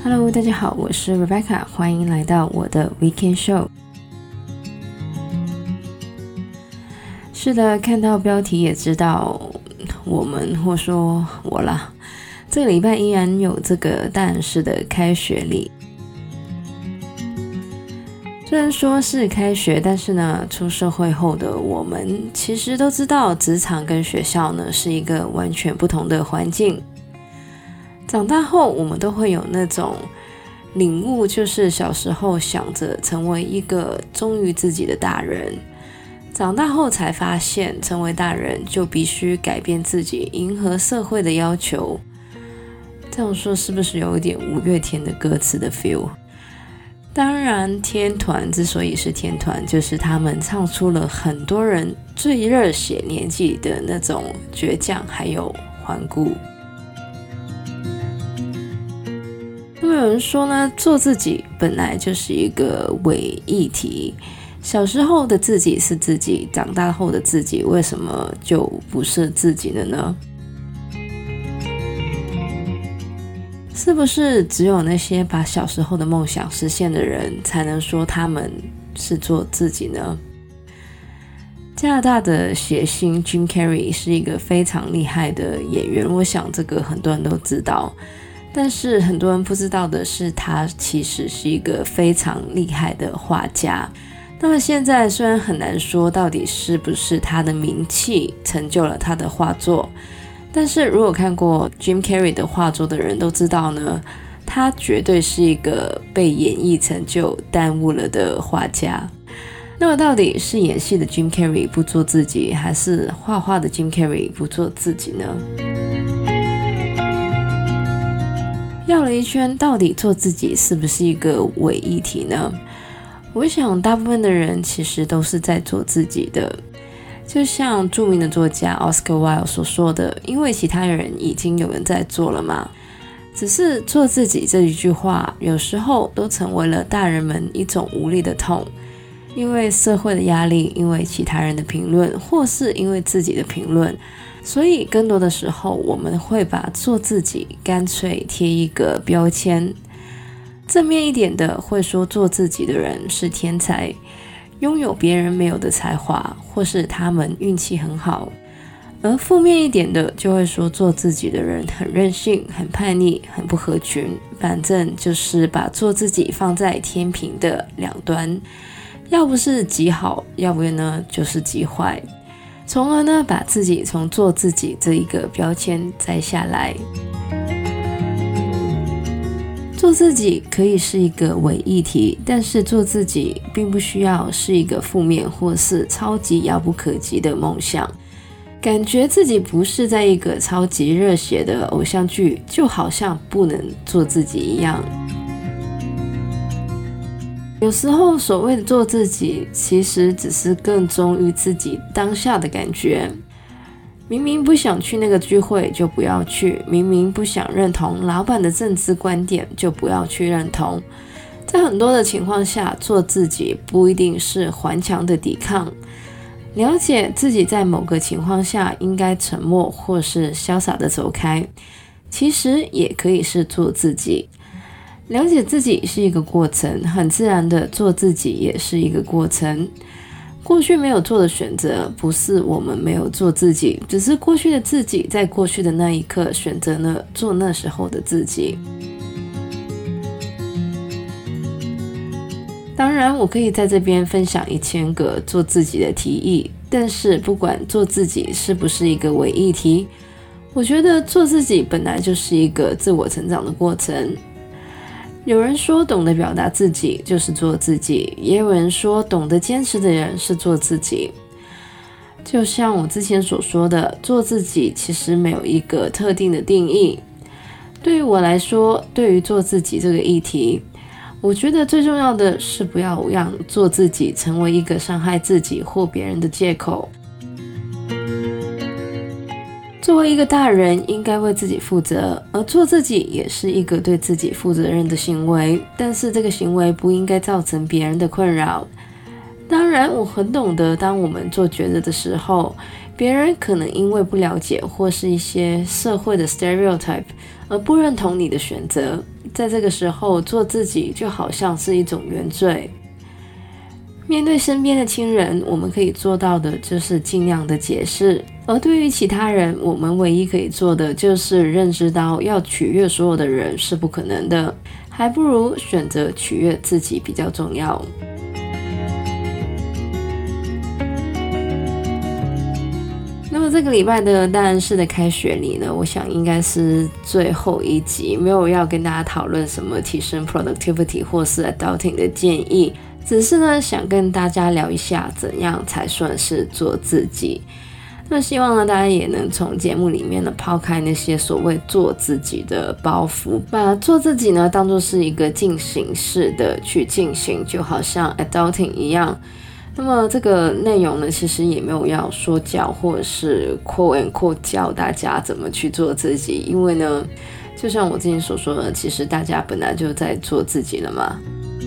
Hello， 大家好，我是 Rebecca， 欢迎来到我的 Weekend Show。是的，看到标题也知道我们或说我啦，这个礼拜依然有这个大人式的开学礼。虽然说是开学，但是呢，出社会后的我们其实都知道，职场跟学校呢是一个完全不同的环境。长大后，我们都会有那种领悟，就是小时候想着成为一个忠于自己的大人，长大后才发现，成为大人就必须改变自己，迎合社会的要求。这样说是不是有一点五月天的歌词的 feel？当然，天团之所以是天团，就是他们唱出了很多人最热血年纪的那种倔强还有顽固。那么有人说呢，做自己本来就是一个伪议题，小时候的自己是自己，长大后的自己为什么就不是自己了呢？是不是只有那些把小时候的梦想实现的人才能说他们是做自己呢？加拿大的谐星 Jim Carrey 是一个非常厉害的演员，我想这个很多人都知道，但是很多人不知道的是，他其实是一个非常厉害的画家。那么现在虽然很难说到底是不是他的名气成就了他的画作，但是如果看过 Jim Carrey 的画作的人都知道呢，他绝对是一个被演绎成就耽误了的画家。那么到底是演戏的 Jim Carrey 不做自己，还是画画的 Jim Carrey 不做自己呢？绕了一圈，到底做自己是不是一个伪议题呢？我想大部分的人其实都是在做自己的。就像著名的作家 Oscar Wilde 所说的，因为其他人已经有人在做了嘛。只是做自己这一句话，有时候都成为了大人们一种无力的痛，因为社会的压力，因为其他人的评论，或是因为自己的评论，所以更多的时候我们会把做自己干脆贴一个标签。正面一点的会说做自己的人是天才，拥有别人没有的才华，或是他们运气很好。而负面一点的就会说做自己的人很任性，很叛逆，很不合群，反正就是把做自己放在天平的两端，要不是极好，要不然呢就是极坏，从而呢把自己从做自己这一个标签摘下来。做自己可以是一个伪议题，但是做自己并不需要是一个负面或是超级遥不可及的梦想。感觉自己不是在一个超级热血的偶像剧，就好像不能做自己一样。有时候所谓的做自己，其实只是更忠于自己当下的感觉。明明不想去那个聚会就不要去，明明不想认同老板的政治观点就不要去认同。在很多的情况下，做自己不一定是顽强的抵抗。了解自己在某个情况下应该沉默或是潇洒的走开，其实也可以是做自己。了解自己是一个过程，很自然的做自己也是一个过程。过去没有做的选择，不是我们没有做自己，只是过去的自己在过去的那一刻选择了做那时候的自己。当然，我可以在这边分享1000个做自己的提议，但是不管做自己是不是一个伪议题，我觉得做自己本来就是一个自我成长的过程。有人说懂得表达自己就是做自己，也有人说懂得坚持的人是做自己。就像我之前所说的，做自己其实没有一个特定的定义。对于我来说，对于做自己这个议题，我觉得最重要的是不要让做自己成为一个伤害自己或别人的借口。作为一个大人，应该为自己负责，而做自己也是一个对自己负责任的行为，但是这个行为不应该造成别人的困扰。当然，我很懂得，当我们做抉择的时候，别人可能因为不了解或是一些社会的 stereotype 而不认同你的选择， 在这个时候做自己就好像是一种原罪。面对身边的亲人，我们可以做到的就是尽量的解释，而对于其他人，我们唯一可以做的就是认知到要取悦所有的人是不可能的，还不如选择取悦自己比较重要。那么这个礼拜的大安室的开学礼呢，我想应该是最后一集，没有要跟大家讨论什么提升 productivity 或是 adulting 的建议，只是呢想跟大家聊一下怎样才算是做自己。那希望呢大家也能从节目里面呢抛开那些所谓做自己的包袱，把做自己呢当作是一个进行式的去进行，就好像 adulting 一样。那么这个内容呢，其实也没有要说教或者是quote and quote教大家怎么去做自己，因为呢，就像我之前所说的，其实大家本来就在做自己了嘛。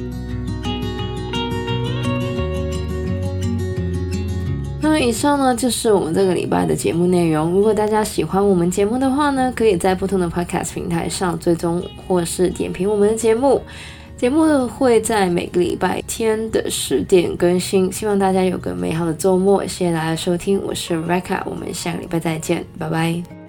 那么以上呢，就是我们这个礼拜的节目内容。如果大家喜欢我们节目的话呢，可以在不同的 podcast 平台上追踪或是点评我们的节目。节目会在每个礼拜天的10点更新，希望大家有个美好的周末。谢谢大家收听，我是 Reka， 我们下个礼拜再见，拜拜。